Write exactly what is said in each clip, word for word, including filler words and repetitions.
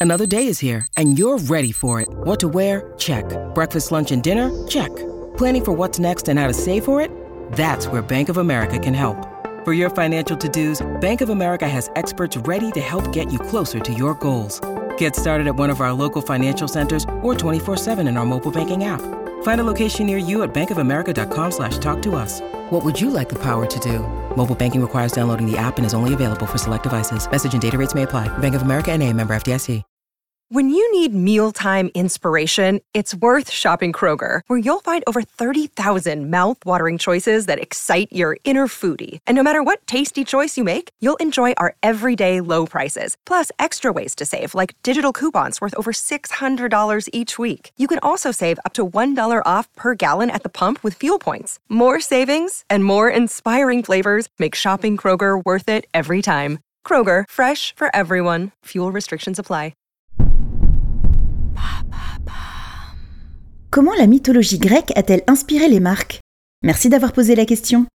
Another day is here, and you're ready for it. What to wear? Check. Breakfast, lunch, and dinner? Check. Planning for what's next and how to save for it? That's where Bank of America can help. For your financial to-dos, Bank of America has experts ready to help get you closer to your goals. Get started at one of our local financial centers or twenty-four seven in our mobile banking app. Find a location near you at bankofamerica.com slash talk to us. What would you like the power to do? Mobile banking requires downloading the app and is only available for select devices. Message and data rates may apply. Bank of America N A, member F D I C. When you need mealtime inspiration, it's worth shopping Kroger, where you'll find over thirty thousand mouth-watering choices that excite your inner foodie. And no matter what tasty choice you make, you'll enjoy our everyday low prices, plus extra ways to save, like digital coupons worth over six hundred dollars each week. You can also save up to one dollar off per gallon at the pump with fuel points. More savings and more inspiring flavors make shopping Kroger worth it every time. Kroger, fresh for everyone. Fuel restrictions apply. Comment la mythologie grecque a-t-elle inspiré les marques ? Merci d'avoir posé la question.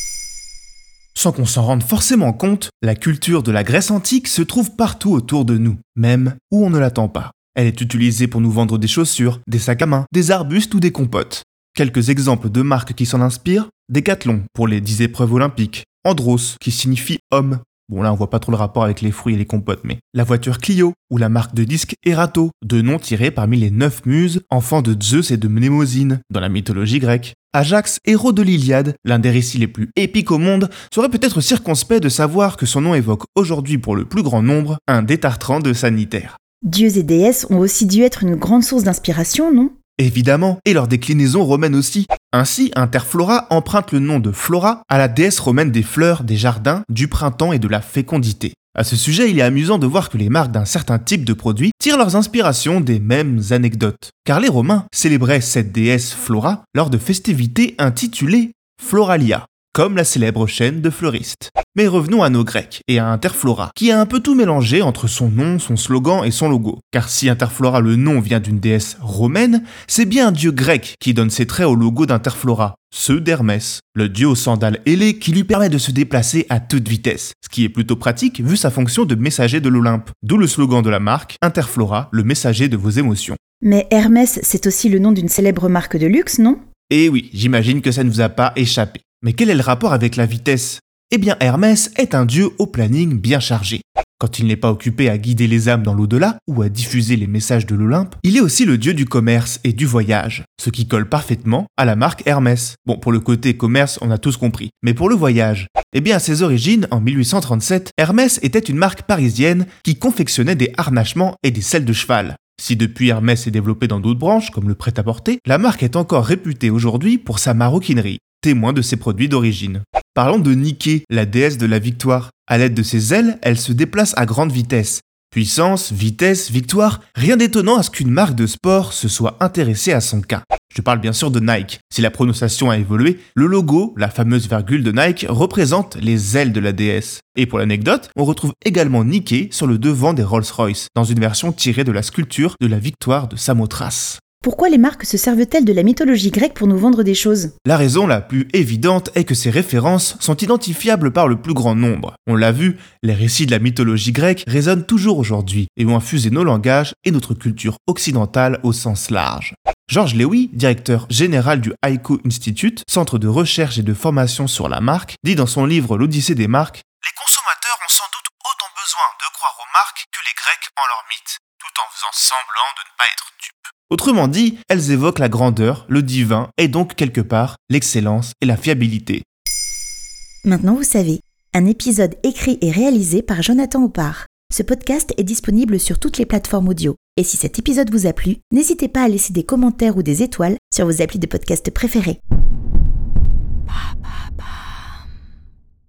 Sans qu'on s'en rende forcément compte, la culture de la Grèce antique se trouve partout autour de nous, même où on ne l'attend pas. Elle est utilisée pour nous vendre des chaussures, des sacs à main, des arbustes ou des compotes. Quelques exemples de marques qui s'en inspirent: Décathlon pour les dix épreuves olympiques, Andros qui signifie homme. Bon là on voit pas trop le rapport avec les fruits et les compotes, mais la voiture Clio ou la marque de disques Erato, deux noms tirés parmi les neuf muses, enfants de Zeus et de Mnémosyne dans la mythologie grecque. Ajax, héros de l'Iliade, l'un des récits les plus épiques au monde, serait peut-être circonspect de savoir que son nom évoque aujourd'hui pour le plus grand nombre un détartrant de sanitaire. Dieux et déesses ont aussi dû être une grande source d'inspiration, non ? Évidemment, et leur déclinaison romaine aussi. Ainsi, Interflora emprunte le nom de Flora à la déesse romaine des fleurs, des jardins, du printemps et de la fécondité. À ce sujet, il est amusant de voir que les marques d'un certain type de produits tirent leurs inspirations des mêmes anecdotes. Car les Romains célébraient cette déesse Flora lors de festivités intitulées Floralia, comme la célèbre chaîne de fleuristes. Mais revenons à nos Grecs et à Interflora, qui a un peu tout mélangé entre son nom, son slogan et son logo. Car si Interflora, le nom, vient d'une déesse romaine, c'est bien un dieu grec qui donne ses traits au logo d'Interflora, ceux d'Hermès, le dieu aux sandales ailées qui lui permet de se déplacer à toute vitesse, ce qui est plutôt pratique vu sa fonction de messager de l'Olympe. D'où le slogan de la marque, Interflora, le messager de vos émotions. Mais Hermès, c'est aussi le nom d'une célèbre marque de luxe, non ? Eh oui, j'imagine que ça ne vous a pas échappé. Mais quel est le rapport avec la vitesse ? Eh bien, Hermès est un dieu au planning bien chargé. Quand il n'est pas occupé à guider les âmes dans l'au-delà ou à diffuser les messages de l'Olympe, il est aussi le dieu du commerce et du voyage, ce qui colle parfaitement à la marque Hermès. Bon, pour le côté commerce, on a tous compris, mais pour le voyage, eh bien à ses origines, en mille huit cent trente-sept, Hermès était une marque parisienne qui confectionnait des harnachements et des selles de cheval. Si depuis Hermès s'est développé dans d'autres branches, comme le prêt-à-porter, la marque est encore réputée aujourd'hui pour sa maroquinerie, témoin de ses produits d'origine. Parlons de Nike, la déesse de la victoire. À l'aide de ses ailes, elle se déplace à grande vitesse. Puissance, vitesse, victoire, rien d'étonnant à ce qu'une marque de sport se soit intéressée à son cas. Je parle bien sûr de Nike. Si la prononciation a évolué, le logo, la fameuse virgule de Nike, représente les ailes de la déesse. Et pour l'anecdote, on retrouve également Nike sur le devant des Rolls-Royce, dans une version tirée de la sculpture de la victoire de Samothrace. Pourquoi les marques se servent-elles de la mythologie grecque pour nous vendre des choses ? La raison la plus évidente est que ces références sont identifiables par le plus grand nombre. On l'a vu, les récits de la mythologie grecque résonnent toujours aujourd'hui et ont infusé nos langages et notre culture occidentale au sens large. Georges Lewy, directeur général du Haiku Institute, centre de recherche et de formation sur la marque, dit dans son livre L'Odyssée des marques « Les consommateurs ont sans doute autant besoin de croire aux marques que les Grecs en leurs mythes, tout en faisant semblant de ne pas être dupes. » Autrement dit, elles évoquent la grandeur, le divin et donc quelque part l'excellence et la fiabilité. Maintenant vous savez, un épisode écrit et réalisé par Jonathan Oppard. Ce podcast est disponible sur toutes les plateformes audio. Et si cet épisode vous a plu, n'hésitez pas à laisser des commentaires ou des étoiles sur vos applis de podcast préférés. Papa.